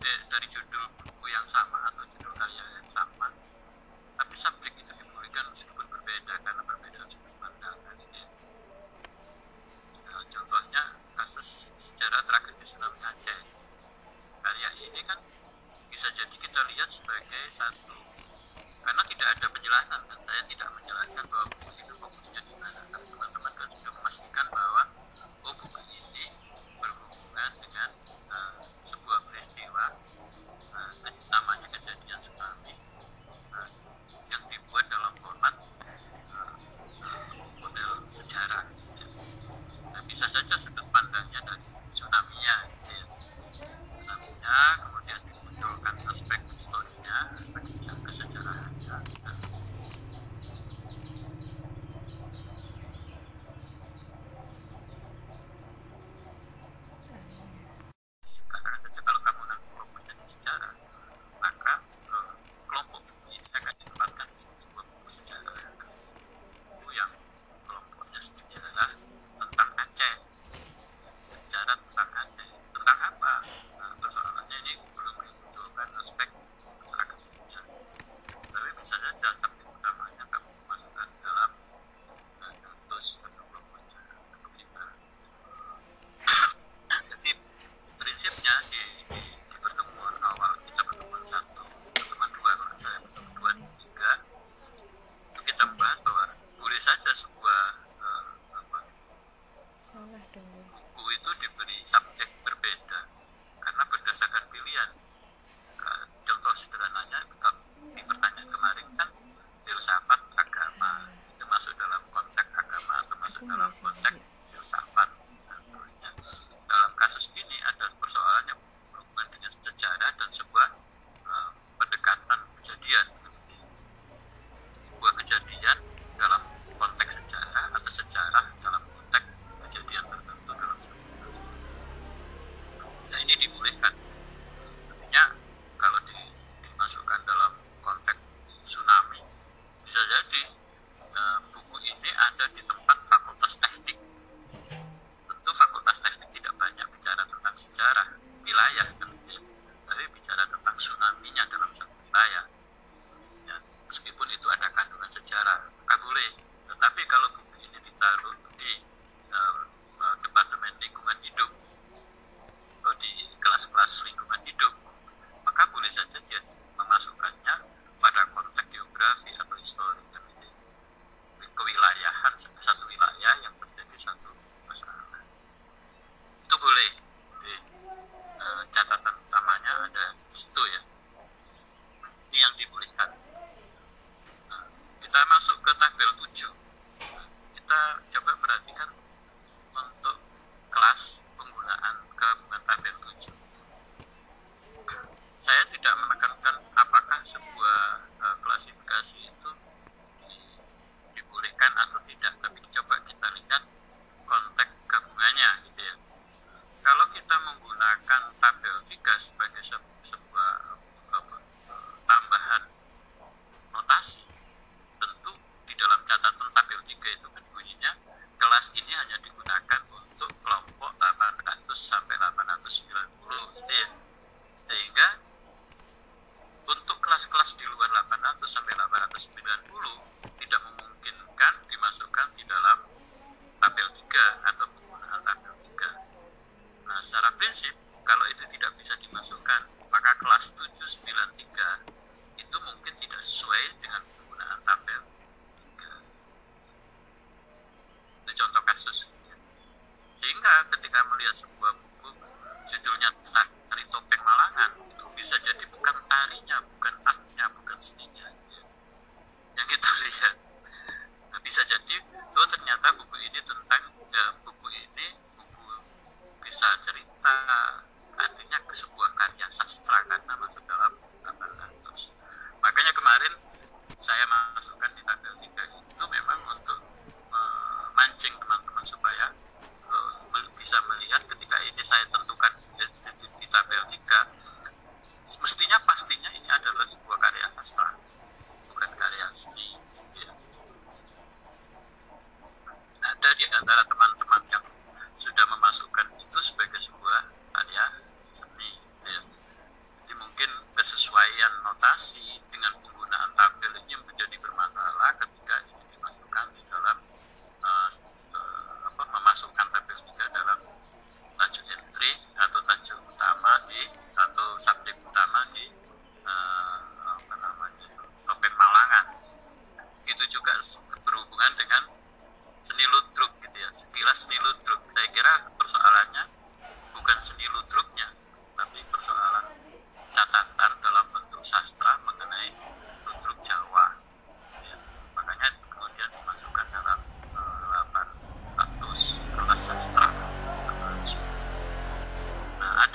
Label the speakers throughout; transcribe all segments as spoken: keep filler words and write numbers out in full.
Speaker 1: eh, dari judul buku yang sama atau judul karya yang sama, tapi subjek itu diberikan meskipun berbeda karena berbeda sudut pandang. Ini nah, contohnya kasus sejarah tragedi tsunami Aceh. Karya ini kan bisa jadi kita lihat sebagai satu, karena tidak ada penjelasan dan saya tidak menjelaskan bahwa buku itu fokusnya di mana, tapi teman-teman kan sudah memastikan bahwa oh buku ini berhubungan dengan uh, sebuah peristiwa, uh, namanya kejadian tsunami, uh, yang dibuat dalam format uh, uh, model sejarah. Ya. Nah, bisa saja sudut pandangnya dari tsunami-nya, ya. Tsunami-nya kemudian dimunculkan aspek historinya, aspek sejarah kesejarahannya. Dan karena kalau kamu nanti fokusnya di sejarah, maka eh, kelompok buku ini akan ditempatkan di sebuah buku sejarah, buku yang kelompoknya sejarah tentang Aceh, sejarah tentang Aceh, tentang apa? Nah, persoalannya ini belum dimunculkan aspek tragedinya, tapi bisa saja subjek utamanya kamu masukkan dalam uh, datus atau kelompok sejarah atau kita. Jadi prinsipnya di, di, di pertemuan awal kita, pertemuan satu, pertemuan dua, kalau saya pertemuan dua, tiga, itu kita membahas bahwa boleh saja sebuah uh, apa, buku itu diberi subjek berbeda karena berdasarkan pilihan. Uh, contoh sederhananya di pertanyaan kemarin kan filsafat agama itu masuk dalam konteks agama atau masuk dalam konteks filsafat dan terusnya. Dalam kasus ini ada persoalan yang berhubungan dengan sejarah dan sebuah uh, pendekatan kejadian, sebuah kejadian dalam konteks sejarah atau sejarah dalam konteks kejadian tertentu dalam sejarah. Nah, ini dibolehkan. Artinya kalau di, dimasukkan dalam konteks tsunami, bisa jadi uh, buku ini ada di tempat fakultas teknik. Tentu fakultas teknik tidak banyak bicara tentang sejarah wilayah, kan, ya. Tapi bicara tentang tsunami-nya dalam satu wilayah. Ya, meskipun itu ada kandungan sejarah, maka boleh. Tetapi kalau buku ini ditaruh di uh, uh, departemen lingkungan hidup atau di kelas-kelas lingkungan hidup, maka boleh saja dia memasukkannya pada konteks geografi atau histori, kan, ini kewilayahan satu wilayah yang terjadi satu masalah. Itu boleh. Jadi, e, catatan utamanya ada di situ, ya. Ini yang dibolehkan. Nah, kita masuk ke tabel tujuh. Nah, kita coba perhatikan untuk kelas penggunaan gabungan tabel tujuh. Saya tidak menekankan apakah sebuah e, klasifikasi itu di, dibolehkan atau tidak, tapi coba kita lihat konteks gabungannya, gitu ya. Kalau kita menggunakan tabel tiga sebagai se- sebuah apa, tambahan notasi, tentu di dalam catatan tabel tiga itu bunyinya kelas ini hanya digunakan untuk kelompok delapan ratus sampai delapan ratus sembilan puluh, gitu ya. Sehingga untuk kelas-kelas di luar delapan ratus sampai delapan ratus sembilan puluh tidak memungkinkan dimasukkan di dalam tabel tiga atau penggunaan tabel tiga. Nah, secara prinsip kalau itu tidak bisa dimasukkan, maka kelas tujuh sembilan tiga itu mungkin tidak sesuai dengan penggunaan tabel tiga. Itu contoh kasus. Sehingga ketika melihat sebuah buku judulnya Tari Topeng Malangan, itu bisa jadi bukan tarinya, bukan artnya, bukan seninya, ya. Yang kita lihat. Nah, bisa jadi oh ternyata buku ini tentang ya, buku ini buku bisa cerita, artinya ke sebuah karya sastra karena masuk dalam tabel ratus. Makanya kemarin saya masukkan di tabel tiga itu memang untuk memancing teman-teman supaya uh, bisa melihat ketika ini saya tentukan di, di, di tabel tiga, mestinya pastinya ini adalah sebuah karya sastra, bukan karya seni, ya. Ada di antara teman-teman yang sudah memasukkan itu sebagai sebuah karya seni, ya.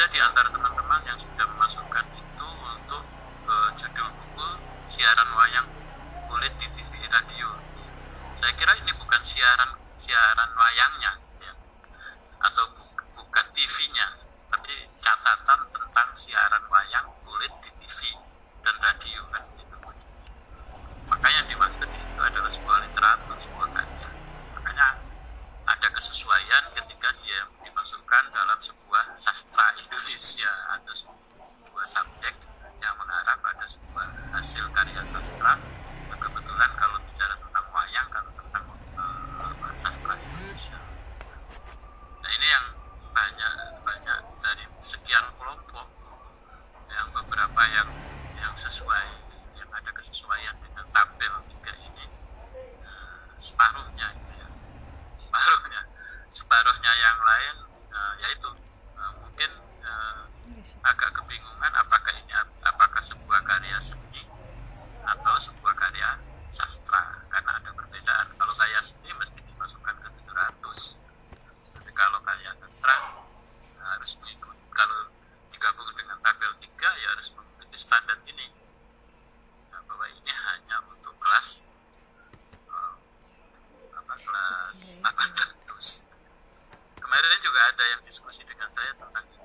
Speaker 1: di antara teman-teman yang sudah memasukkan itu untuk uh, judul buku siaran wayang kulit di T V radio. Saya kira ini bukan siaran siaran wayangnya ya, atau bu- bukan T V-nya, tapi catatan tentang siaran wayang kulit di T V dan radio kan gitu. Maka yang dimaksud di situ adalah sebuah literatur, sebuah karya. Makanya ada kesesuaian ketika dia dimasukkan dalam sebuah sastra Indonesia atau sebuah subjek yang mengarah pada sebuah hasil karya sastra. Nah, kebetulan kalau bicara tentang wayang kan tentang uh, sastra Indonesia. Nah ini yang banyak banyak dari sekian kelompok yang beberapa yang yang sesuai, yang ada kesesuaian dengan tabel tiga ini, uh, separuhnya gitu ya. separuhnya separuhnya yang lain uh, yaitu uh, mungkin uh, agak kebingungan apakah ini apakah sebuah karya seni atau sebuah karya sastra, karena ada perbedaan. Kalau karya seni mesti dimasukkan ke tujuh ratus, tapi kalau karya sastra uh, harus mengikut, kalau digabung dengan tabel tiga ya harus mengikuti standar ini, nah, bahwa ini hanya untuk kelas uh, apa kelas delapan ratus. Kemarin juga ada yang diskusi dengan saya tentang ini.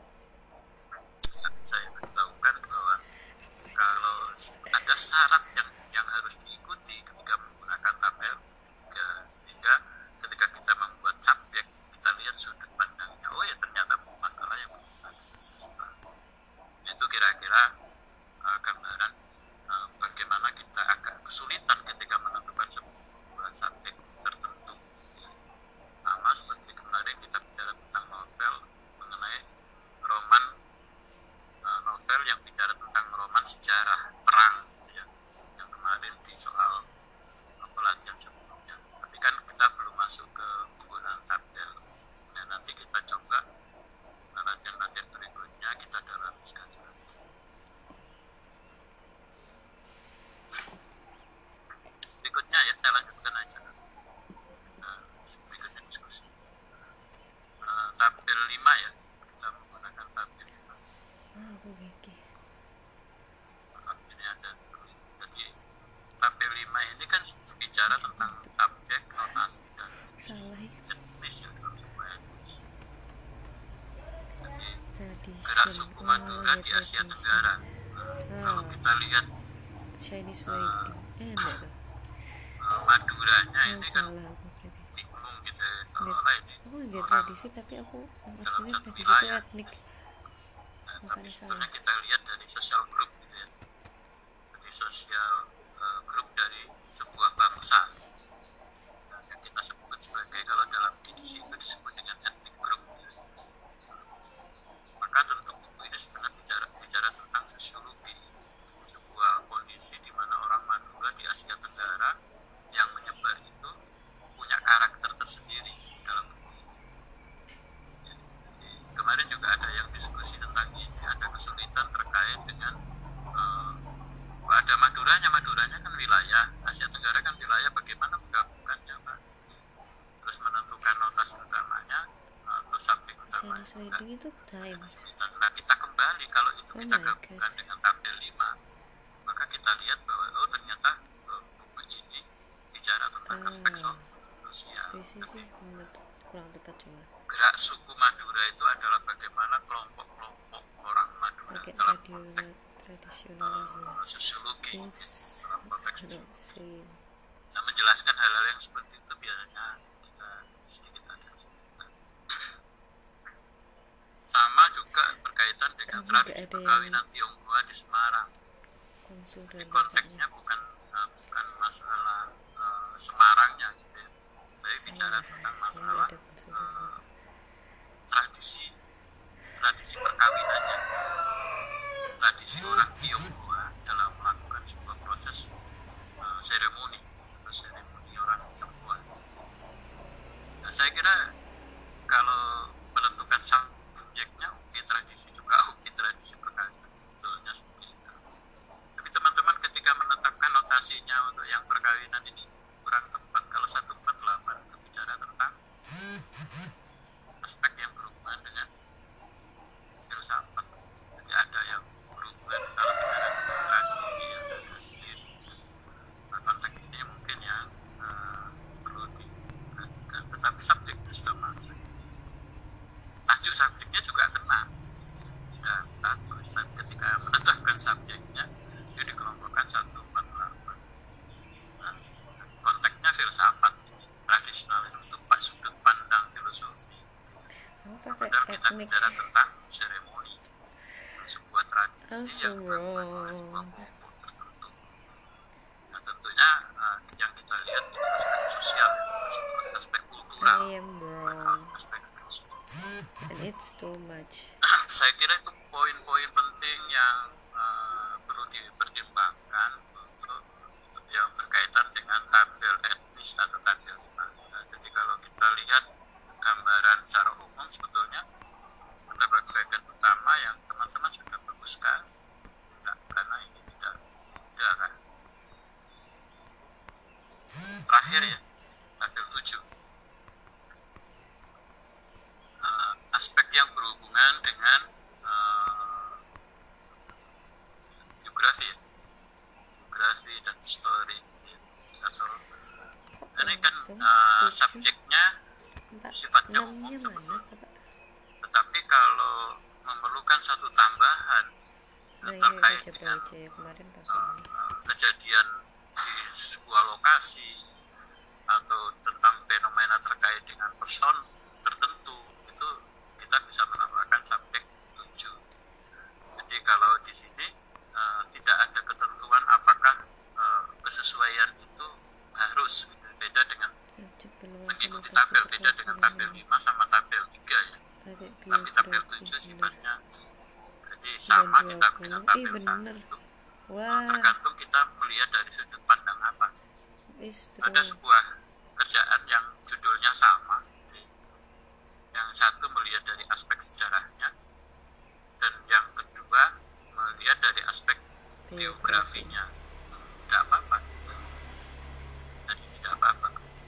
Speaker 1: Saya beritahukan bahwa kalau ada syarat yang yang harus diikuti ketika menggunakan tabel tiga, sehingga ketika kita membuat subjek kita lihat sudut pandangnya, oh ya ternyata masalah yang berhubungan dengan sastra. Itu kira-kira uh, gambaran uh, bagaimana kita agak kesulitan ketika menentukan sebuah subjek tertentu. Sama seperti kemarin kita bicara tentang novel mengenai roman, uh, novel yang bicara tentang roman sejarah perang ya, yang kemarin di soal uh, pelajaran sebelumnya. Tapi kan kita belum masuk ke penggunaan tabel. Nah, nanti kita coba latihan-latihan berikutnya kita dalam sekali lagi. Berikutnya ya saya lanjutkan aja. Nah, berikutnya diskusi. Uh, tabel lima ya, kita menggunakan tabel lima.
Speaker 2: Ah, aku gigi.
Speaker 1: Uh, ini ada, jadi tabel lima ini kan bicara tentang subjek, notasi dan
Speaker 2: Salah ya.
Speaker 1: etnis ya, dalam sebuah etnis. Jadi
Speaker 2: Tradition.
Speaker 1: gerak suku Madura
Speaker 2: Oh,
Speaker 1: di
Speaker 2: ya,
Speaker 1: Asia
Speaker 2: tradition.
Speaker 1: Tenggara.
Speaker 2: Ah,
Speaker 1: Kalau kita lihat
Speaker 2: Chinese wedding. Eh, enggak tuh.
Speaker 1: uh, Maduranya
Speaker 2: Oh,
Speaker 1: ini kan
Speaker 2: salah aku berarti.
Speaker 1: bingung gitu ya, seolah-olah ini
Speaker 2: Aku nggak
Speaker 1: orang
Speaker 2: tradisi, tapi aku
Speaker 1: dalam
Speaker 2: maksudnya
Speaker 1: satu
Speaker 2: tradisi itu
Speaker 1: wilayah.
Speaker 2: etnik.
Speaker 1: Nah,
Speaker 2: Bukan
Speaker 1: tapi
Speaker 2: salah.
Speaker 1: sebetulnya kita lihat dari sosial grup gitu ya. Jadi sosial uh, grup dari sebuah bangsa. Nah, yang kita sebut sebagai, kalau dalam diksi itu disebut dengan ethnic group. Maka tentu buku ini setengah bicara bicara tentang sosiologi, sebuah kondisi di mana orang Madura di Asia Tenggara yang menyebar itu punya karakter tersendiri dalam buku ini. Jadi, kemarin juga ada yang diskusi tentang ini, ada kesulitan terkait dengan uh, ada Maduranya, Maduranya kan wilayah, Asia Tenggara kan wilayah, bagaimana menggabungkannya Pak? Terus menentukan notasi utamanya atau subjek utamanya.
Speaker 2: Chinese wedding itu time.
Speaker 1: Kesulitan. Nah kita kembali, kalau itu
Speaker 2: Oh
Speaker 1: kita
Speaker 2: my
Speaker 1: gabungkan
Speaker 2: God.
Speaker 1: dengan tabel lima, maka kita lihat bahwa oh ternyata uh, buku ini bicara tentang aspek
Speaker 2: Ah,
Speaker 1: sosial.
Speaker 2: spesifik menurut kurang tepat juga.
Speaker 1: Gerak suku Madura itu adalah bagaimana kelompok-kelompok orang Madura
Speaker 2: Pakai
Speaker 1: dalam
Speaker 2: radio
Speaker 1: konteks
Speaker 2: tradisionalism.
Speaker 1: uh, sosiologi,
Speaker 2: Things
Speaker 1: dalam konteks
Speaker 2: I don't
Speaker 1: sosiologi.
Speaker 2: see.
Speaker 1: Nah, menjelaskan hal-hal yang seperti itu biasanya kita sedikit ada kesulitan. Sama juga berkaitan dengan
Speaker 2: Kamu
Speaker 1: tradisi
Speaker 2: nggak ada yang
Speaker 1: perkawinan Tionghoa di Semarang.
Speaker 2: konsul
Speaker 1: Jadi
Speaker 2: dan
Speaker 1: konteksnya
Speaker 2: bapaknya.
Speaker 1: bukan uh, bukan masalah uh, Semarangnya gitu ya, tapi bicara
Speaker 2: Saya,
Speaker 1: tentang
Speaker 2: saya nggak
Speaker 1: masalah
Speaker 2: ada konsul dan
Speaker 1: uh,
Speaker 2: bapak.
Speaker 1: tradisi tradisi perkawinannya, tradisi orang Tionghoa dalam melakukan sebuah proses uh, seremoni atau seremoni orang Tionghoa. Nah, saya kira kalau menentukan subjeknya oke, tradisi juga oke, tradisi perkawinan betulnya seperti itu. Tapi teman-teman ketika menetapkan notasinya untuk yang perkawinan ini kurang tepat. Kalau seratus empat puluh delapan itu bicara tentang aspek yang berhubungan dengan filsafat tentang seremoni, sebuah tradisi yang
Speaker 2: Also
Speaker 1: dilakukan oleh sebuah
Speaker 2: wrong.
Speaker 1: kelompok tertentu. Nah tentunya uh, yang kita lihat ini aspek sosial, aspek kultural,
Speaker 2: I am
Speaker 1: bukan
Speaker 2: wrong.
Speaker 1: aspek filosofis.
Speaker 2: And it's too much.
Speaker 1: Saya kira itu poin-poin penting yang uh, perlu dipertimbangkan untuk yang berkaitan dengan tabel etnis atau tabel lima. Nah, jadi kalau kita lihat gambaran secara umum sebetulnya ada bagian utama yang teman-teman sudah bagus sekali. Nah, karena ini tidak tidak kan. Terakhir ya, tabel tujuh. Uh, aspek yang berhubungan dengan uh, geografi ya. Geografi dan histori atau ini kan uh, subjeknya sifatnya umum sebetulnya, tetapi kalau memerlukan satu tambahan
Speaker 2: Nah,
Speaker 1: terkait
Speaker 2: ini
Speaker 1: dengan
Speaker 2: baca kemarin pas
Speaker 1: uh, uh, kejadian di sebuah lokasi atau tentang fenomena terkait dengan person tertentu, itu kita bisa menambahkan subjek tujuh. Jadi kalau di sini uh, tidak ada ketentuan apakah uh, kesesuaian itu harus gitu. Beda dengan mengikuti tabel, beda dengan tabel lima sama tabel tiga ya. Tapi tabel tujuh sifatnya jadi sama kita dengan tabel satu.
Speaker 2: Wah.
Speaker 1: Tergantung kita melihat dari sudut pandang apa. Ada sebuah kerjaan yang judulnya sama. Yang satu melihat dari aspek sejarahnya, dan yang kedua melihat dari aspek geografinya. Tidak apa-apa. Jadi tidak apa-apa.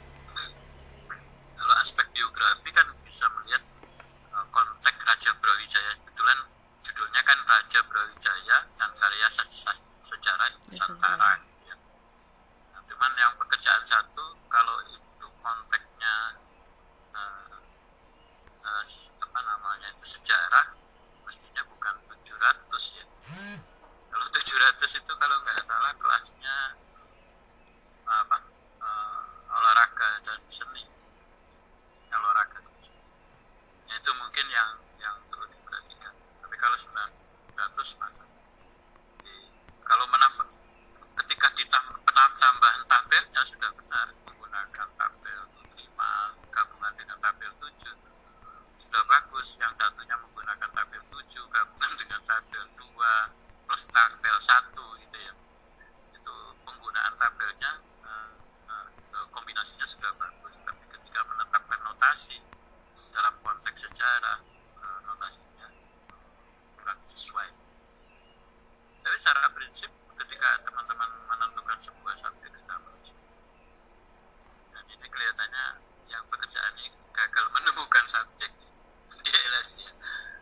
Speaker 1: Kalau aspek biografi kan bisa melihat uh, konteks Raja Brawijaya. Kebetulan judulnya kan Raja Brawijaya dan karya se- sejarah Nusantara. Ya. Nah, cuman yang pekerjaan satu kalau itu konteksnya uh, uh, apa namanya itu sejarah, mestinya bukan tujuh ratus ya. Kalau tujuh ratus itu kalau nggak salah kelasnya apa uh, olahraga dan seni. Olahraga ya, itu mungkin yang yang perlu diperhatikan. Tapi kalau sembilan ratus masa jadi, kalau menambah ketika ditambah penambahan tabelnya sudah benar menggunakan tabel lima gabungan dengan tabel tujuh sudah bagus. Yang satunya menggunakan tabel tujuh gabungan dengan tabel dua plus tabel satu gitu ya, itu penggunaan tabelnya uh, uh, kombinasinya sudah bagus. Tapi ketika menetapkan notasi dalam konteks sejarah, uh, notasinya kurang sesuai. Tapi secara prinsip ketika teman-teman menentukan sebuah subjek sudah bagus. Dan ini kelihatannya yang pekerjaan ini gagal menemukan subjek di L S I ya.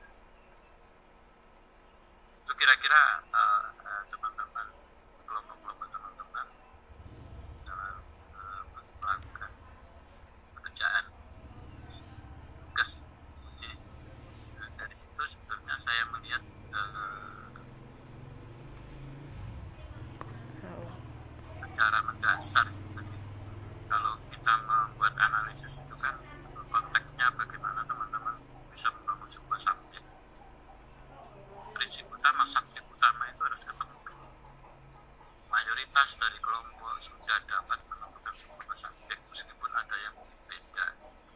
Speaker 1: Itu kira-kira uh, uh, teman-teman, kelompok-kelompok teman-teman dalam uh, melakukan pekerjaan tugas. Jadi uh, dari situ sebetulnya saya melihat uh, secara mendasar. Jadi kalau kita membuat analisis itu kan konteksnya bagaimana teman-teman bisa membangun sebuah subjek. Prinsip utama, subjek utama itu harus ketemu dulu. Mayoritas dari kelompok sudah dapat menemukan sebuah subjek meskipun ada yang beda.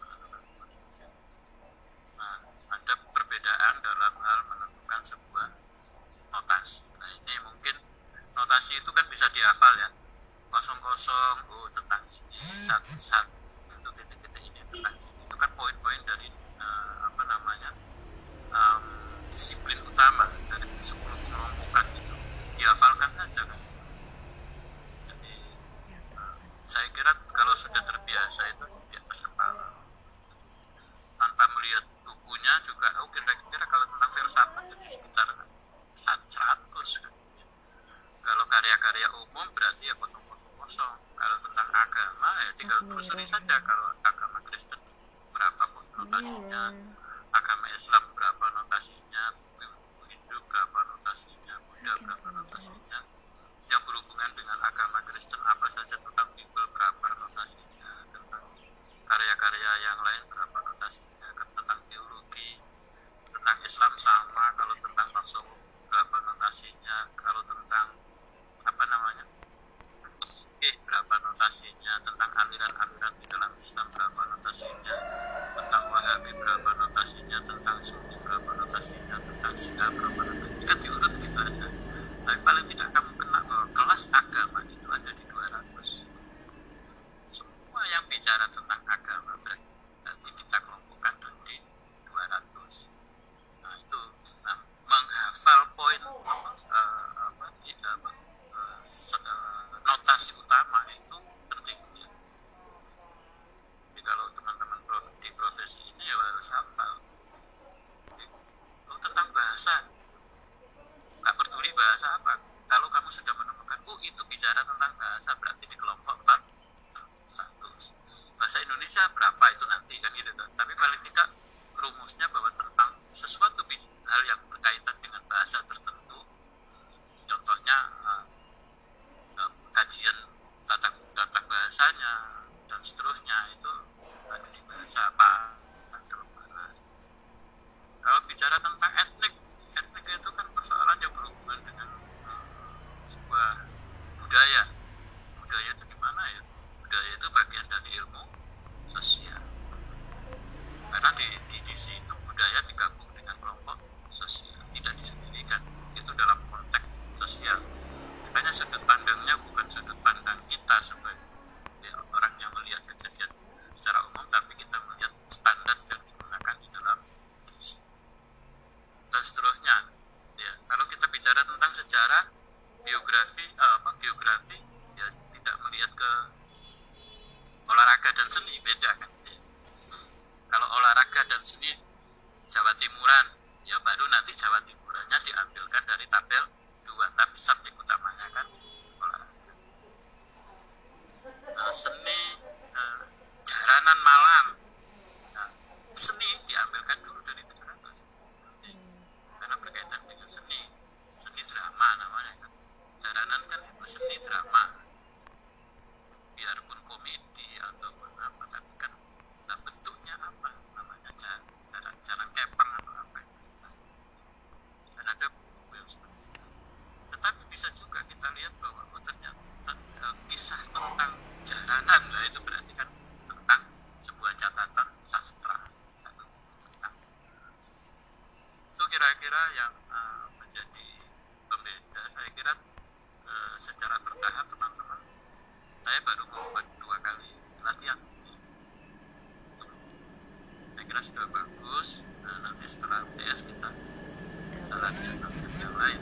Speaker 1: Nah, ada perbedaan dalam hal menentukan sebuah notasi. Nah, ini mungkin notasi itu kan bisa dihafal ya. Kosong-kosong, oh tentang ini, satu-satu itu titik-titik ini tentang ini. Itu kan poin-poin dari uh, apa namanya um, disiplin utama dari sepuluh kelompokan itu dihafalkan saja kan. Jadi uh, saya kira kalau sudah terbiasa itu di atas kepala. Tanpa melihat bukunya juga, oh kira-kira kalau tentang filsafat jadi sekitar seratus kan. Kalau karya-karya umum berarti ya kosong-kosong. Kalau tentang agama ya tinggal telusuri saja. Kalau agama Kristen berapa notasinya, agama Islam berapa notasinya, Hindu berapa notasinya, Buddha berapa notasinya. Yang berhubungan dengan agama Kristen apa saja, tentang Bible berapa notasinya, tentang karya-karya yang lain berapa notasinya, tentang teologi, tentang tentang Islam sama, kalau tentang tasawuf berapa notasinya, kalau tentang apa namanya eh berapa notasinya, tentang aliran-aliran di dalam Islam berapa notasinya, tentang Wahabi berapa notasinya, tentang Sunni berapa notasinya, tentang Syiah berapa notasinya, kan diurut gitu aja. Tapi paling tidak kamu kena bahwa kelas agama itu ada di dua ratus. Semua yang bicara tentang agama berarti kita kelompokkan di dua ratus. Nah itu, nah, menghafal poin apa, uh, apa, uh, uh, notasi utama itu penting ya. Jadi kalau teman-teman di profesi ini ya harus hafal. Oh, tentang bahasa, nggak peduli bahasa apa, kalau kamu sudah menemukan oh itu bicara tentang bahasa, berarti di kelompok empat ratus. Bahasa Indonesia berapa itu nanti kan gitu kan. Tapi paling tidak rumusnya bahwa tentang sesuatu hal yang berkaitan dengan bahasa tertentu, contohnya uh, uh, kajian tata, tata bahasanya dan seterusnya, itu ada di bahasa apa. Kalau bicara tentang etnik, etnik itu kan persoalan yang berhubungan dengan uh, sebuah budaya. Budaya itu gimana ya? Budaya itu bagian dari ilmu sosial. Karena di, di, di situ budaya digabung dengan kelompok sosial, tidak disendirikan. Itu dalam konteks sosial. Makanya sudut pandangnya bukan sudut pandang kita sebagai ya, orang yang melihat kejadian secara umum, tapi kita melihat standar yang digunakan di dalam dan seterusnya. Ya, kalau kita bicara tentang sejarah, biografi, eh, apa geografi, ya tidak melihat ke olahraga dan seni, beda kan. Ya. Kalau olahraga dan seni Jawa Timuran, ya baru nanti Jawa Timurannya diambilkan dari tabel dua, tapi subjek utamanya kan olahraga. Nah, seni, eh, jaranan Malang, nah, seni diambilkan dulu dari tujuh ratus. Karena berkaitan dengan seni, seni drama namanya kan. Jaranan kan itu seni drama, biarpun komedi ataupun apa, tapi kan nah, bentuknya apa namanya, jaran jaran kepang atau apa, dan ada buku yang seperti itu. Tetapi bisa juga kita lihat bahwa oh, ternyata uh, kisah tentang jaranan lah itu berarti kan tentang sebuah catatan sastra atau tentang itu kira-kira yang uh, menjadi pembeda. Saya kira uh, secara bertahap teman-teman, saya baru membuat dua kali latihan, saya kira sudah bagus. Nah, nanti setelah U T S kita bisa latihan latihan yang lain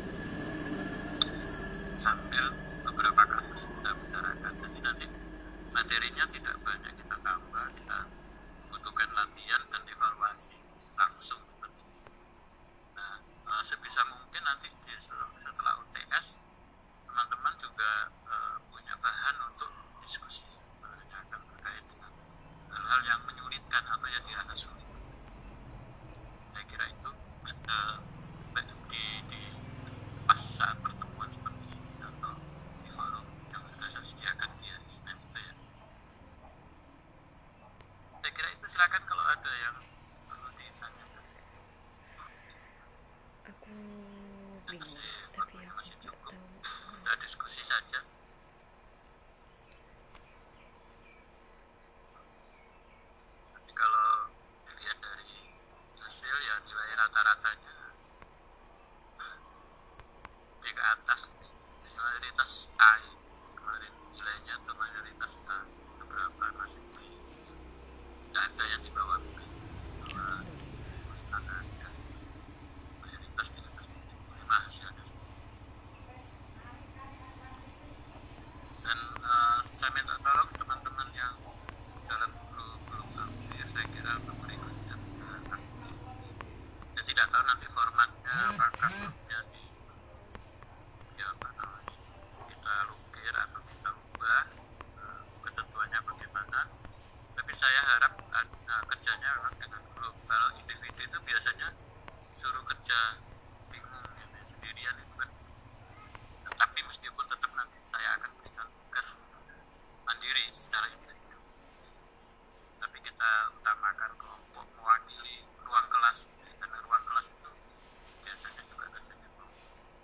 Speaker 1: sambil beberapa kasus kita bicarakan. Jadi nanti materinya tidak banyak kita tambah, kita butuhkan latihan dan evaluasi langsung seperti itu. Nah, uh, sebisa mungkin nanti di, setelah U T S teman-teman juga uh, punya bahan untuk diskusi akan terkait dengan hal-hal yang menyulitkan atau yang dirasa sulit. Saya kira itu uh, di, di pas saat pertemuan seperti ini atau di forum yang sudah saya sediakan di hari Senin itu ya. Saya kira itu, silakan kalau ada yang perlu ditanyakan.
Speaker 2: Aku bingung,
Speaker 1: Masih,
Speaker 2: tapi
Speaker 1: waktunya
Speaker 2: aku
Speaker 1: masih
Speaker 2: nggak
Speaker 1: cukup,
Speaker 2: tahu.
Speaker 1: kita diskusi saja. Tapi kalau dilihat dari hasil ya nilai rata-ratanya lebih ke atas, mayoritas A kemarin nilainya tuh mayoritas A, beberapa masih B, tidak ada yang di bawah B, bawah ada, mayoritas di atas tujuh puluh lima hasilnya. Dan uh, saya minta tolong teman-teman yang dalam grup-grup ya, saya kira untuk berikutnya bisa aktif. Saya tidak tahu nanti formatnya apakah grupnya di ya apa namanya kita lukir atau kita ubah, uh, ketentuannya bagaimana. Tapi saya harap uh, kerjanya memang dengan grup. Kalau individu itu biasanya suruh kerja bingung ya, sendirian itu kan. Tapi meskipun tetap nanti saya akan berikan tugas mandiri secara individu, tapi kita utamakan kelompok mewakili ruang kelas. Jadi karena ruang kelas itu biasanya juga kerjanya kelompok.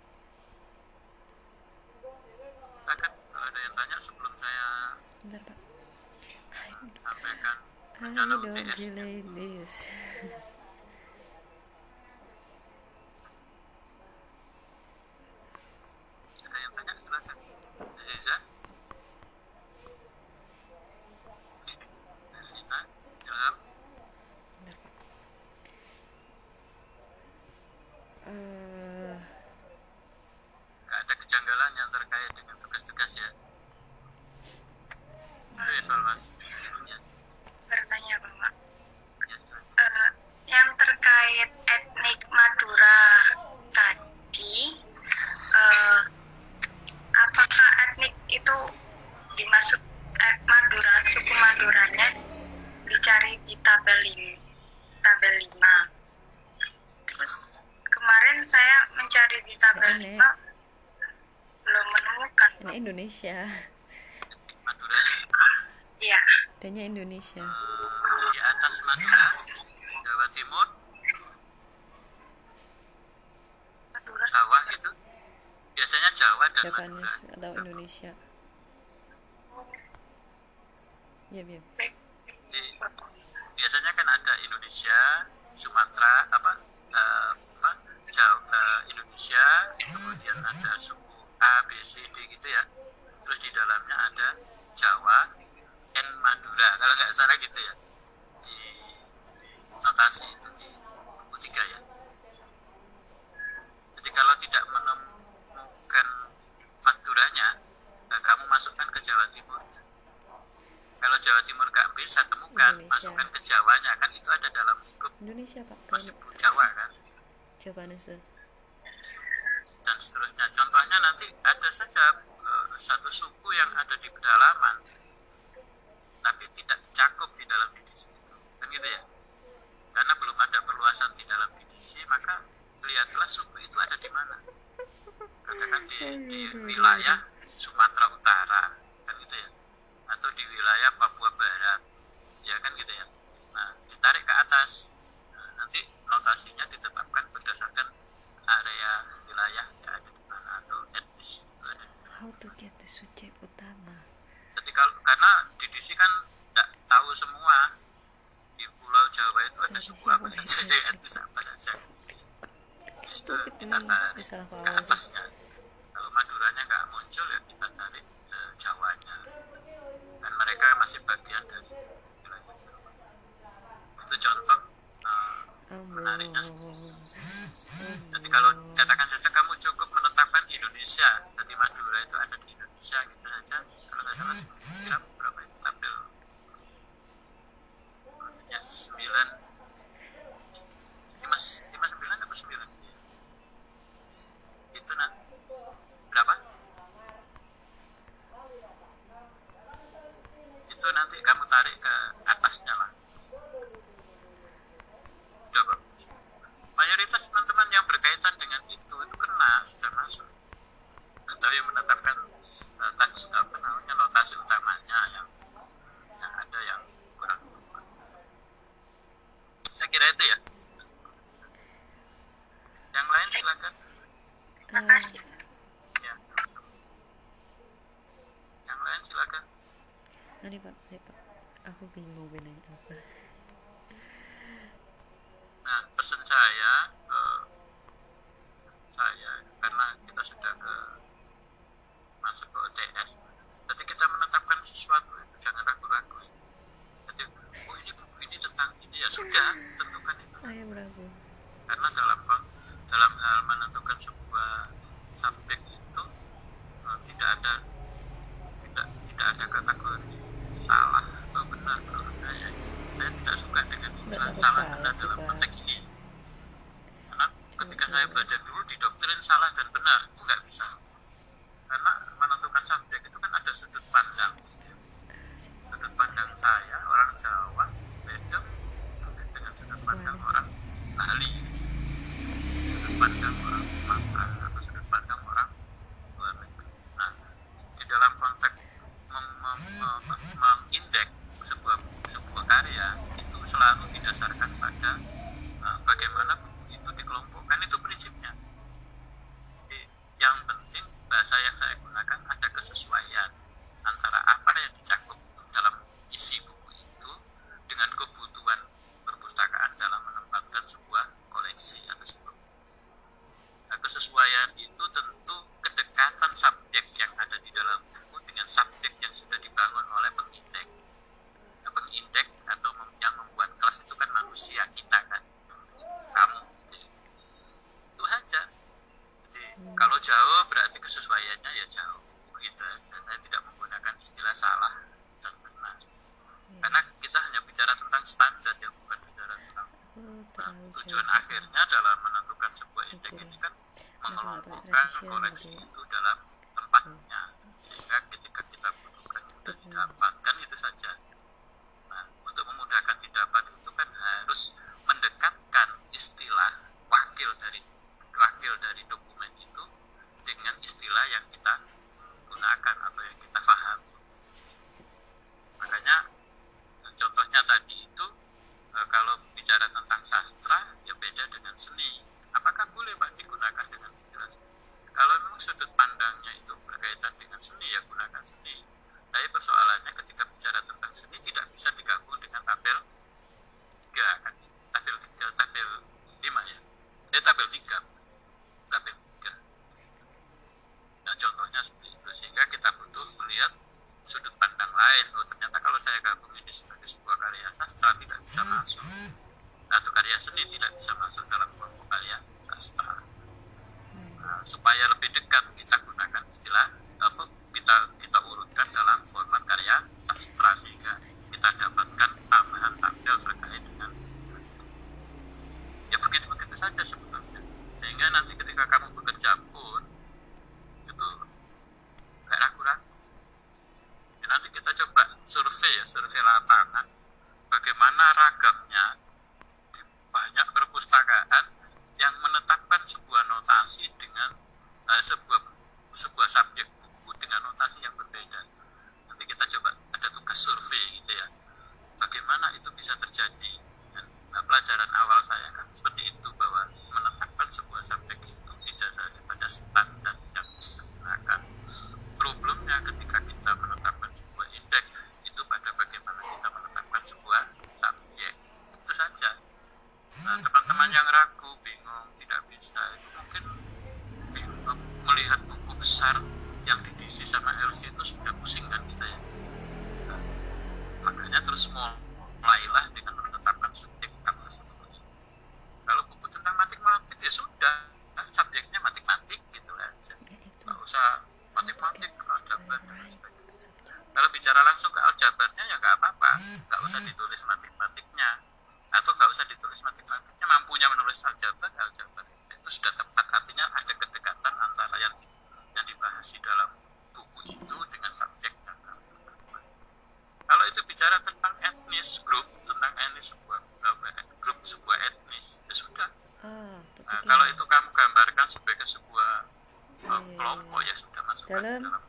Speaker 1: Silakan kalau ada yang tanya sebelum saya
Speaker 2: Bentar Pak.
Speaker 1: uh, sampaikan
Speaker 2: I
Speaker 1: rencana
Speaker 2: don't
Speaker 1: U T S.
Speaker 2: delay this.
Speaker 1: Ada yang tanya silakan. Aziza, Sina, Ilham.
Speaker 2: Bentar Pak. Eh,
Speaker 1: Gak ada kejanggalan yang terkait dengan tugas-tugas ya. Itu evaluasi sebelumnya.
Speaker 3: Bertanya Bapak,
Speaker 1: Ya, silakan.
Speaker 3: Eh, yang terkait etnik Madura tadi, eh, apakah etnik itu dimaksud eh, Madura, suku Maduranya dicari di tabel lima, tabel lima. Terus kemarin saya mencari di tabel
Speaker 2: Enek.
Speaker 3: lima belum menemukan.
Speaker 2: ini Indonesia.
Speaker 1: Maduranya
Speaker 3: Iya,
Speaker 2: Adanya Indonesia.
Speaker 1: uh, di atas Madura, Jawa Timur,
Speaker 3: Madura.
Speaker 1: Jawa itu biasanya Jawa dan Madura.
Speaker 2: Japanese atau Indonesia. Iya, iya.
Speaker 3: Baik.
Speaker 1: Di, biasanya kan ada Indonesia, Sumatera, apa, eh, apa Jawa, eh, Indonesia, kemudian ada suku A, B, C, D gitu ya. Terus di dalamnya ada Jawa, N Madura, kalau nggak salah gitu ya. Di notasi itu di buku tiga ya. Jadi kalau tidak menemukan Maduranya, eh, kamu masukkan ke Jawa Timurnya. Kalau Jawa Timur nggak bisa temukan,
Speaker 2: Indonesia.
Speaker 1: masukkan ke Jawanya, kan itu ada dalam lingkup
Speaker 2: Indonesia Pak.
Speaker 1: masih Jawa kan,
Speaker 2: Japanese.
Speaker 1: dan seterusnya. Contohnya nanti ada saja uh, satu suku yang ada di pedalaman, tapi tidak dicakup di dalam D D C itu, kan gitu ya. Karena belum ada perluasan di dalam D D C, maka lihatlah suku itu ada di mana. Katakan di, di wilayah Sumatera Utara, kan gitu ya, atau di wilayah Papua Barat, ya kan gitu ya. Nah, ditarik ke atas. Nah, nanti notasinya ditetapkan berdasarkan area wilayah yang ada di mana atau etnis itu ada.
Speaker 2: How to get the subjek utama.
Speaker 1: Jadi kalau karena D D C kan tidak tahu semua di Pulau Jawa itu ada suku apa saja, etnis apa saja. Itu kita tarik ke atasnya. Kalau Maduranya nggak muncul ya kita tarik eh, Jawanya. Dan mereka masih bagian dari wilayah Jawa. Itu contoh eh, menariknya. Jadi kalau katakan saja kamu cukup menetapkan Indonesia, jadi Madura itu ada di Indonesia gitu saja. Kalau nggak salah kira berapa itu tabel ya sembilan lima lima sembilan atau sembilan itu nah berapa itu nanti kamu tarik ke atasnya lah. Sudah bagus. Mayoritas teman-teman yang berkaitan dengan itu itu kena sudah masuk. Tapi menetapkan uh, teks, apa namanya notasi utamanya yang yang ada yang kurang tepat. Saya kira itu ya. Yang lain silakan.
Speaker 3: Terima kasih.
Speaker 1: Ya. Yang lain silakan.
Speaker 2: Nanti Pak, saya Pak. Aku bingung benar apa.
Speaker 1: Nah, pesan saya, eh, saya karena kita sudah eh, masuk ke O T S, jadi kita menetapkan sesuatu itu jangan ragu-ragu. Jadi, oh ini buku ini tentang ini ya sudah tentukan itu.
Speaker 2: Saya beragu.
Speaker 1: Karena dalam dalam hal menentukan sebuah subjek itu eh, tidak ada tidak tidak ada kategori salah atau benar menurut saya. Saya tidak suka dengan istilah
Speaker 2: Betul,
Speaker 1: salah
Speaker 2: salah
Speaker 1: benar dalam
Speaker 2: suka.
Speaker 1: konteks ini. Karena ketika saya belajar dulu di doktrin salah dan benar itu nggak bisa. Karena menentukan subjek itu kan ada sudut pandang. Sudut pandang saya orang Jawa beda mungkin dengan sudut pandang orang Bali, sudut pandang orang Sumatera atau sudut pandang orang luar negeri. Nah, di dalam konteks mem- mem- mem- mengindeks sebuah sebuah karya itu selalu didasarkan pada uh, bagaimana penelitian itu tentu kedekatan subjek yang ada di dalam buku dengan subjek yang sudah dibangun oleh pengindeks. Nah, pengindeks atau mem- yang membuat kelas itu kan manusia, kita kan, kamu. Jadi, itu aja. Jadi kalau jauh berarti kesesuaiannya ya jauh. Begitu aja. Saya tidak menggunakan istilah salah dan benar. Karena kita hanya bicara tentang standar yang bukan bicara tentang
Speaker 2: Oh,
Speaker 1: nah,
Speaker 2: terlalu
Speaker 1: tujuan
Speaker 2: jauh.
Speaker 1: akhirnya dalam menentukan sebuah indeks
Speaker 2: Oke.
Speaker 1: ini kan
Speaker 2: Kenapa nggak pakai
Speaker 1: mengelompokkan
Speaker 2: tradisional
Speaker 1: koleksi
Speaker 2: gitu ya?
Speaker 1: itu dalam tempatnya sehingga ketika kita butuhkan mudah didapat kan itu saja. Nah, untuk memudahkan didapat itu kan harus mendekatkan istilah wakil dari wakil dari dokumen itu dengan istilah yang kita gunakan atau yang kita pahami. Makanya contohnya tadi itu e, kalau bicara tentang sastra ya beda dengan seni. Apakah boleh Pak digunakan dengan istilah seni? Kalau memang sudut pandangnya itu berkaitan dengan seni ya gunakan seni. Tapi persoalannya ketika bicara tentang seni tidak bisa digabung dengan tabel tiga kan? Tabel tiga, tabel lima ya. Eh tabel tiga. Tabel tiga. Nah, contohnya seperti itu sehingga kita butuh melihat sudut pandang lain. Oh ternyata kalau saya gabung ini sebagai sebuah karya sastra tidak bisa masuk, atau karya seni tidak bisa masuk dalam kelompok karya sastra. Nah, supaya lebih dekat kita gunakan istilah apa kita kita urutkan dalam format karya sastra sehingga kita dapatkan tambahan tabel terkait dengan ya begitu begitu saja sebetulnya. Sehingga nanti ketika kamu bekerja pun itu gak ragu-ragu. Ya, nanti kita coba survei ya, survei lapangan bagaimana ragamnya di banyak perpustakaan yang menetapkan sebuah notasi dengan eh, sebuah sebuah subjek buku dengan notasi yang berbeda. Nanti kita coba ada tugas survei gitu ya. Bagaimana itu bisa terjadi? Dan nah, pelajaran awal saya kan seperti itu bahwa menetapkan sebuah subjek itu tidak saja pada standar yang kita gunakan. Problemnya ketika kita menetapkan sebuah indeks itu pada bagaimana kita menetapkan sebuah subjek. Itu saja. Nah, teman-teman yang ragu, bingung, tidak bisa itu mungkin bingung, melihat buku besar yang diisi sama L C itu sudah pusing kan kita ya. Nah, makanya terus mulailah dengan menetapkan subjek apa sebetulnya. Kalau buku tentang matematik ya sudah, subjeknya matematik gitu aja. Nggak usah matematik, aljabar dan sebagainya. Kalau bicara langsung ke aljabarnya ya nggak apa-apa, nggak usah ditulis matematiknya atau nggak usah ditulis matematiknya, mampunya menulis aljabar, aljabar itu sudah tepat. Artinya ada kedekatan antara yang yang dibahas di dalam buku itu dengan subjek yang kami temukan. Kalau itu bicara tentang etnis grup, tentang etnis sebuah grup sebuah etnis ya sudah.
Speaker 2: Ah,
Speaker 1: Nah, kalau itu kamu gambarkan sebagai sebuah uh,
Speaker 2: Iya,
Speaker 1: kelompok ya sudah masukkan
Speaker 2: Dalam-
Speaker 1: dalam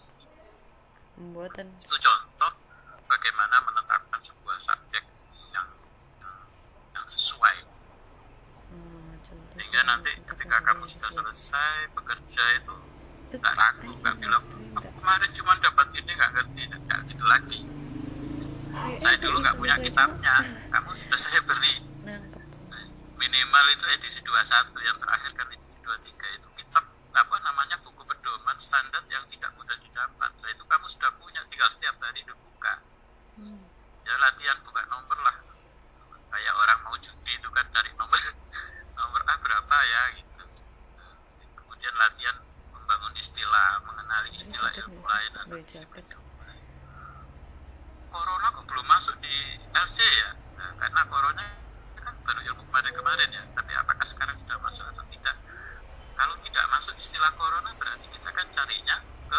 Speaker 2: pembuatan
Speaker 1: itu contoh bagaimana menetapkan sebuah subjek yang yang, yang sesuai
Speaker 2: hmm, contoh
Speaker 1: sehingga
Speaker 2: cara
Speaker 1: nanti
Speaker 2: untuk
Speaker 1: ketika
Speaker 2: pembuatan
Speaker 1: kamu
Speaker 2: yang
Speaker 1: sudah
Speaker 2: sesuai.
Speaker 1: selesai bekerja itu
Speaker 2: Bet-
Speaker 1: nggak ragu, nggak bilang aku kemarin cuma dapat ini nggak ngerti, nggak gitu lagi.
Speaker 2: Eh,
Speaker 1: Saya
Speaker 2: eh,
Speaker 1: dulu
Speaker 2: bisa
Speaker 1: nggak punya
Speaker 2: sesuai
Speaker 1: kitabnya,
Speaker 2: itu.
Speaker 1: kamu sudah saya beri.
Speaker 2: Nangkep.
Speaker 1: Minimal itu edisi dua puluh satu, yang terakhir kan edisi dua puluh tiga itu kitab apa namanya buku pedoman standar yang tidak mudah didapat. Nah itu kamu sudah punya, tinggal setiap hari dibuka.
Speaker 2: Hmm.
Speaker 1: Ya latihan buka nomor lah. Kayak orang mau judi itu kan cari nomor nomor A berapa ya gitu. Kemudian latihan membangun istilah, mengenali istilah
Speaker 2: Ini
Speaker 1: ilmu
Speaker 2: jaket
Speaker 1: lain
Speaker 2: nggak?
Speaker 1: atau
Speaker 2: Beli
Speaker 1: disiplin
Speaker 2: jaket.
Speaker 1: ilmu lain. Corona kok belum masuk di L C ya? Nah, karena corona kan baru ilmu kemarin-kemarin ya. Tapi apakah sekarang sudah masuk atau tidak? Kalau tidak masuk istilah corona berarti kita kan carinya ke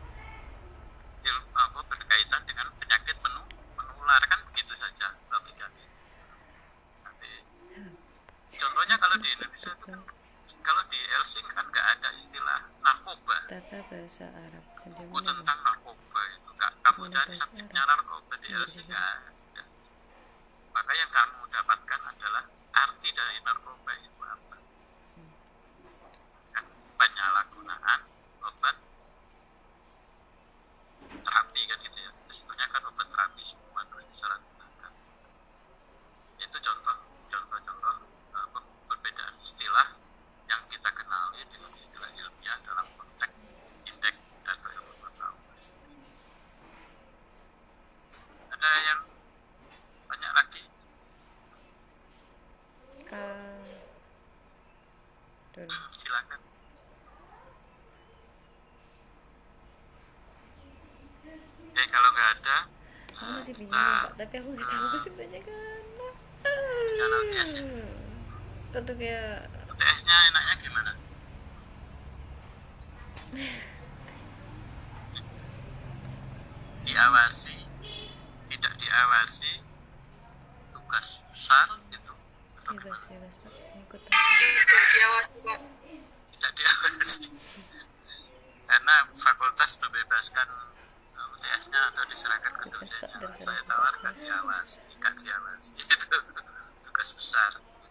Speaker 1: ilmu apa berkaitan dengan penyakit menu- menular kan begitu saja logikanya. Nanti contohnya kalau di Indonesia itu kan kalau di L C kan nggak ada istilah narkoba.
Speaker 2: Tata bahasa Arab.
Speaker 1: Buku tentang narkoba itu nggak kamu
Speaker 2: Mana
Speaker 1: cari
Speaker 2: bahasa
Speaker 1: subjeknya
Speaker 2: Arab?
Speaker 1: narkoba di L C nggak ada. Maka yang kamu dapatkan adalah arti dari narkoba itu apa? Kan penyalahgunaan obat terapi kan gitu ya. Sebenarnya kan obat terapi semua terus disalahgunakan. Itu contoh contoh-contoh uh, perbedaan istilah yang kita kenali dengan istilah silakan. Oke, kalau nggak ada,
Speaker 2: Aku
Speaker 1: eh,
Speaker 2: masih bingung
Speaker 1: kita
Speaker 2: Pak, tapi aku nggak tahu
Speaker 1: ke
Speaker 2: kesimbangannya kan.
Speaker 1: rencana U T S ya.
Speaker 2: Untuk ya
Speaker 1: U T S-nya enaknya gimana? Diawasi, tidak diawasi, tugas besar gitu atau
Speaker 2: bebas
Speaker 1: gimana?
Speaker 2: bebas Pak, ikut aja.
Speaker 3: Tidak diawasi Pak.
Speaker 1: Tidak diawasi karena fakultas membebaskan eh, U T S-nya atau diserahkan ke
Speaker 2: Bebas Pak,
Speaker 1: dosennya.
Speaker 2: terserah
Speaker 1: Saya
Speaker 2: Bapak
Speaker 1: tawarkan
Speaker 2: aja.
Speaker 1: diawasi, tidak diawasi itu tugas besar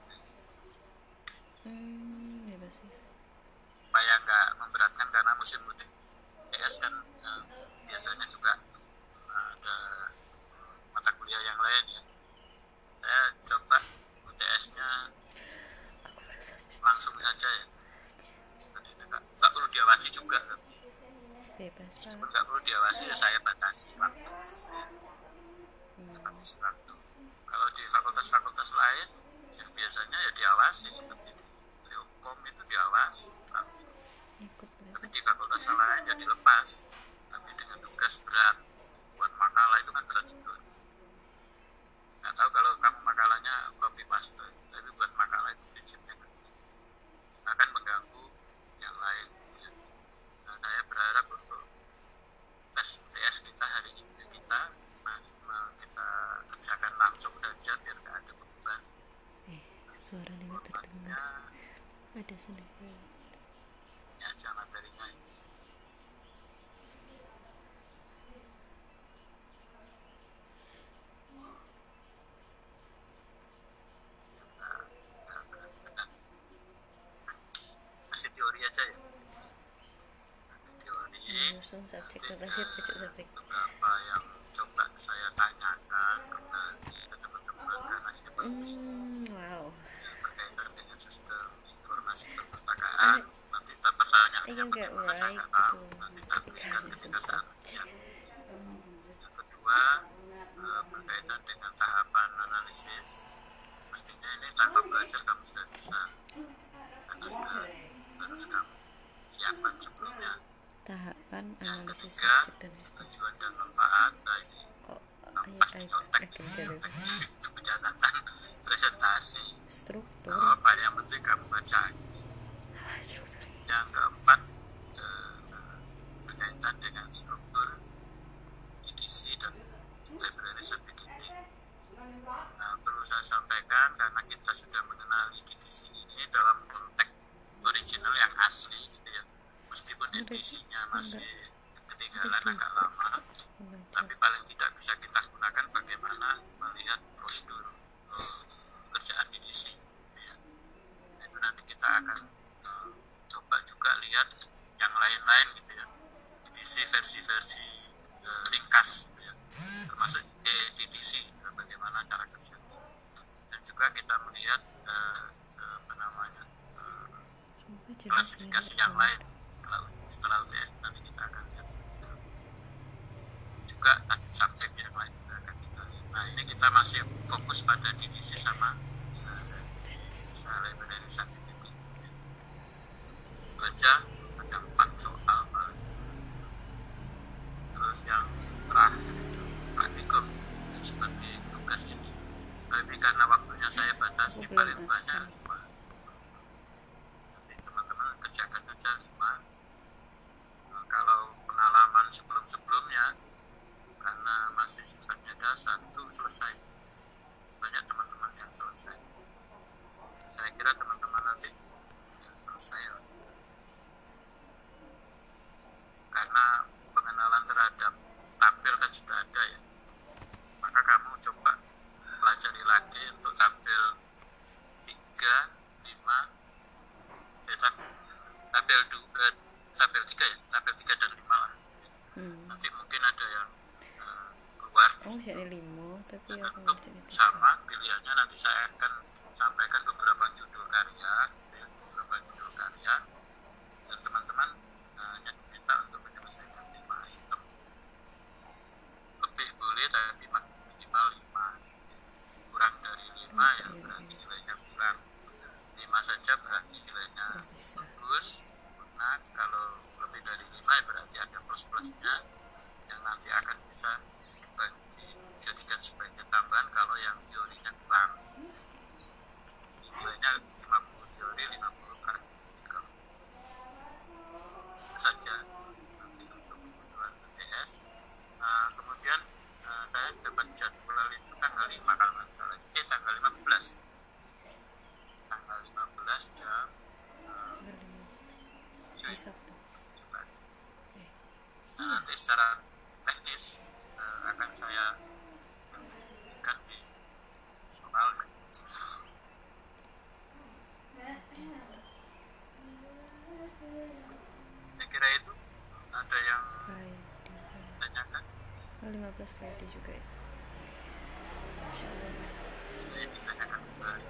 Speaker 2: Hmm, bebas sih.
Speaker 1: supaya nggak memberatkan karena musim U T S kan eh, biasanya juga eh, ada mata kuliah yang lain ya. Saya coba U T S-nya langsung saja ya. Jadi itu nggak nggak perlu diawasi juga.
Speaker 2: Bebas
Speaker 1: Meskipun
Speaker 2: Pak.
Speaker 1: nggak perlu diawasi ya saya batasi waktu.
Speaker 2: Hmm.
Speaker 1: Batasi waktu. Kalau di fakultas-fakultas lain yang biasanya ya diawasi seperti di hukum itu diawasi.
Speaker 2: Ikut
Speaker 1: Tapi
Speaker 2: bebas.
Speaker 1: di fakultas lain ya dilepas. Tapi dengan tugas berat buat makalah itu kan berat juga. Nggak tahu kalau kamu makalahnya copy paste, tapi buat makalah itu prinsipnya kan akan mengganggu yang lain. Gitu ya. Nah, saya berharap untuk tes U T S kita hari ini kita maksimal kita kerjakan langsung saja biar nggak ada beban.
Speaker 2: Eh, suara Dewa terdengar.
Speaker 1: Formatnya
Speaker 2: Ada sedikit.
Speaker 1: ini aja materinya ini. Nah, nah, benar-benar masih teori aja ya. Masih teori.
Speaker 2: Menyusun subjek notasi pucuk subjek.
Speaker 1: Beberapa yang coba saya tanyakan kembali ke teman-teman karena ini penting
Speaker 2: Hmm, wow.
Speaker 1: yang berkaitan dengan sistem informasi perpustakaan. Nanti kita pertanyaannya
Speaker 2: I can get
Speaker 1: bagaimana saya
Speaker 2: right
Speaker 1: nggak tahu.
Speaker 2: gitu.
Speaker 1: Nanti kita berikan ketika
Speaker 2: Susah.
Speaker 1: saat ujian. Yang kedua eh, berkaitan dengan tahapan analisis. Mestinya ini tanpa belajar kamu sudah bisa karena sudah harus kamu siapkan sebelumnya.
Speaker 2: Tahapan
Speaker 1: Yang
Speaker 2: analisis
Speaker 1: ketiga
Speaker 2: subjek dan sistem.
Speaker 1: tujuan dan manfaat. Nah ini
Speaker 2: Oh,
Speaker 1: kamu
Speaker 2: I,
Speaker 1: pasti
Speaker 2: I,
Speaker 1: nyontek
Speaker 2: I can get it.
Speaker 1: itu catatan presentasi.
Speaker 2: Struktur.
Speaker 1: Gak apa yang penting kamu baca.
Speaker 2: Ah, struktur.
Speaker 1: Yang keempat eh, berkaitan dengan struktur edisi dan library certificate. Nah, perlu saya sampaikan karena kita sudah mengenali edisi ini dalam konteks original yang asli gitu ya. Meskipun edisinya masih ketinggalan agak lama, tapi paling tidak bisa kita gunakan bagaimana melihat prosedur eh, pekerjaan edisi. Ya. Nah, itu nanti kita akan eh, coba juga lihat yang lain-lain gitu ya. Edisi versi-versi eh, ringkas gitu ya. Termasuk edisi bagaimana cara kerjanya. Dan juga kita melihat eh, eh, apa namanya eh,
Speaker 2: Semoga jelas
Speaker 1: klasifikasi
Speaker 2: ya.
Speaker 1: yang lain setelah setelah U T S nanti kita akan lihat juga tadi subjek yang lain juga akan kita lihat. Nah ini kita masih fokus pada divisi sama uh, library certificate. Baca ada empat soal paling. Terus yang terakhir praktikum seperti tugas ini. Tapi karena waktunya saya batasi
Speaker 2: Aku
Speaker 1: paling
Speaker 2: belum
Speaker 1: banyak
Speaker 2: absen.
Speaker 1: lima. Nanti teman-teman kerjakan aja lima. Nah, kalau pengalaman sebelum-sebelumnya karena masih sifatnya dasar itu selesai, banyak teman-teman yang selesai. Saya kira teman-teman nanti yang selesai ya. Karena pengenalan terhadap tampil kan sudah ada ya, maka kamu coba pelajari lagi untuk tampil tiga, lima, eh, tampil dua, tampil tiga ya, tampil tiga dan lima lah.
Speaker 2: Hmm.
Speaker 1: Nanti mungkin ada yang uh, keluar di
Speaker 2: Oh,
Speaker 1: situ.
Speaker 2: jadi limo, tapi
Speaker 1: Ya,
Speaker 2: aku
Speaker 1: tentu
Speaker 2: ngerjain itu.
Speaker 1: sama pilihannya nanti saya akan sampaikan beberapa judul karya gitu ya, beberapa judul karya dan teman-teman uh, hanya diminta untuk menyelesaikan lima item, lebih boleh tapi minimal lima, kurang dari lima ya berarti nilainya kurang, lima saja berarti nilainya
Speaker 2: Oh, bisa.
Speaker 1: bisa dijadikan sebagai tambahan kalau yang teorinya kurang. Nilainya lima puluh teori, lima puluh praktikal saja nanti untuk kebutuhan U T S. Nah, kemudian uh, saya dapat jadwal itu tanggal lima kalau nggak salah, eh tanggal lima belas tanggal lima belas jam uh,
Speaker 2: Hari Sabtu.
Speaker 1: Nah, nanti secara teknis uh, akan saya berikan di soal. Saya kira itu ada yang
Speaker 2: Friday.
Speaker 1: tanyakan.
Speaker 2: Oh, lima belas Friday juga ya. Insya Allah.
Speaker 1: Ini ditanyakan kembali.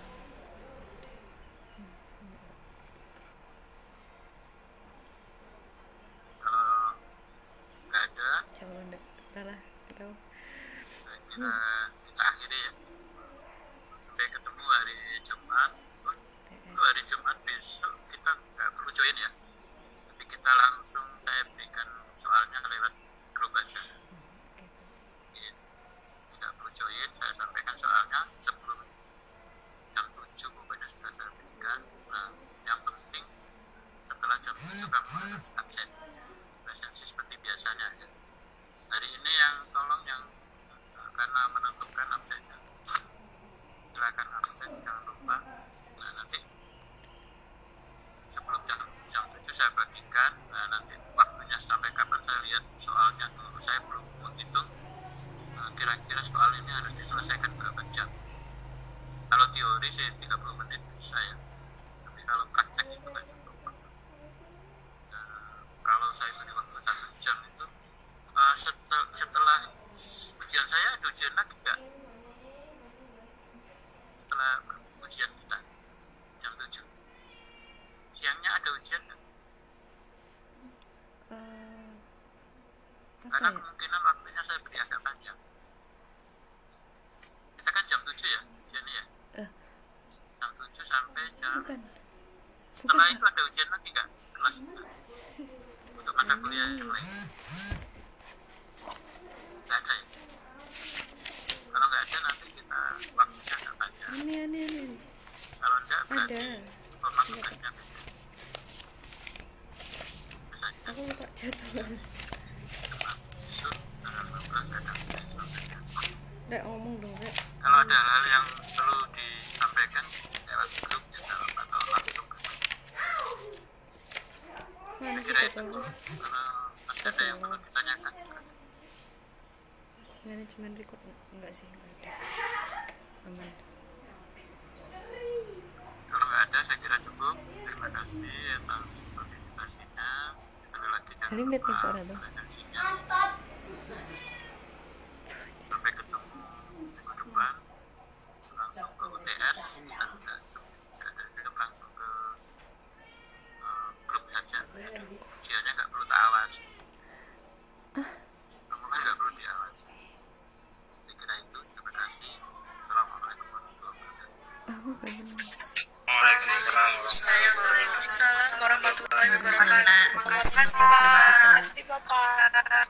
Speaker 1: Kalau nggak ada,
Speaker 2: Insya Allah enggak. Entahlah, kita
Speaker 1: saya kira kita akhiri ya. Sampai ketemu hari Jumat. Untuk hari Jumat besok kita nggak perlu join ya. Tapi kita langsung saya berikan soalnya lewat grup aja. Jadi, tidak perlu join, saya sampaikan soalnya sebelum jam tujuh pokoknya sudah saya berikan. Nah, yang penting setelah jam tujuh kamu harus absen. Presensi seperti biasanya ya. Hari ini yang tolong yang uh, karena menentukan absennya, silakan absen, jangan lupa. Nah, nanti sebelum jam jam tujuh saya bagikan. Nah, nanti waktunya sampai kapan saya lihat soalnya dulu, saya belum menghitung uh, kira-kira soal ini harus diselesaikan berapa jam. Kalau teori sih tiga puluh menit bisa ya, tapi kalau praktek itu kan cukup waktu. Nah, kalau saya beri waktu satu jam itu uh, setel, setelah ujian saya ada ujian lagi enggak? Setelah ujian kita jam tujuh siangnya ada ujian kan?
Speaker 2: uh, apa
Speaker 1: Karena
Speaker 2: ya?
Speaker 1: kemungkinan waktunya saya beri agak panjang. Kita kan jam tujuh ya ujiannya ya,
Speaker 2: Eh,
Speaker 1: jam tujuh sampai jam
Speaker 2: bukan.
Speaker 1: setelah
Speaker 2: Bukan.
Speaker 1: itu ada ujian lagi nggak kelas untuk mata kuliah yang lain? Nggak ada ya? Kalau nggak ada nanti kita waktunya agak panjang.
Speaker 2: Ini, ini, ini.
Speaker 1: Kalau enggak berarti
Speaker 2: Ada.
Speaker 1: format tugasnya beda. Biasanya
Speaker 2: Aku lupa jadwal.
Speaker 1: Jumat besok tanggal lima belas saya akan mulai sampaikan.
Speaker 2: Udah ngomong dong, Kak.
Speaker 1: Kalau ada hal yang perlu disampaikan lewat grup ya atau langsung ke
Speaker 2: Mana sih
Speaker 1: kira itu
Speaker 2: jadwalnya?
Speaker 1: karena masih ada yang perlu ditanyakan.
Speaker 2: Manajemen record enggak sih, enggak ada. Aman.
Speaker 1: Kalau nggak ada saya kira cukup. Terima kasih atas partisipasinya. Sekali lagi jangan
Speaker 2: Halim lihat
Speaker 1: lupa
Speaker 2: Nikora tuh.
Speaker 1: presensinya. Sampai ketemu minggu depan langsung ke U T S. Kita tidak tidak ada tidak langsung ke uh, grup saja. Jadi ujiannya nggak perlu tak awasi. Kamu kan nggak perlu diawasi. Saya kira itu. Terima kasih. Assalamualaikum warahmatullahi wabarakatuh.
Speaker 2: Aku belum.
Speaker 3: Waalaikumsalam warahmatullahi wabarakatuh. Terima kasih Pak. Terima kasih Bapak.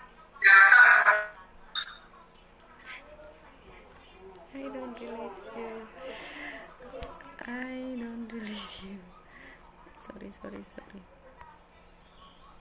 Speaker 2: I don't relate you. I don't relate you. Sorry, sorry, sorry.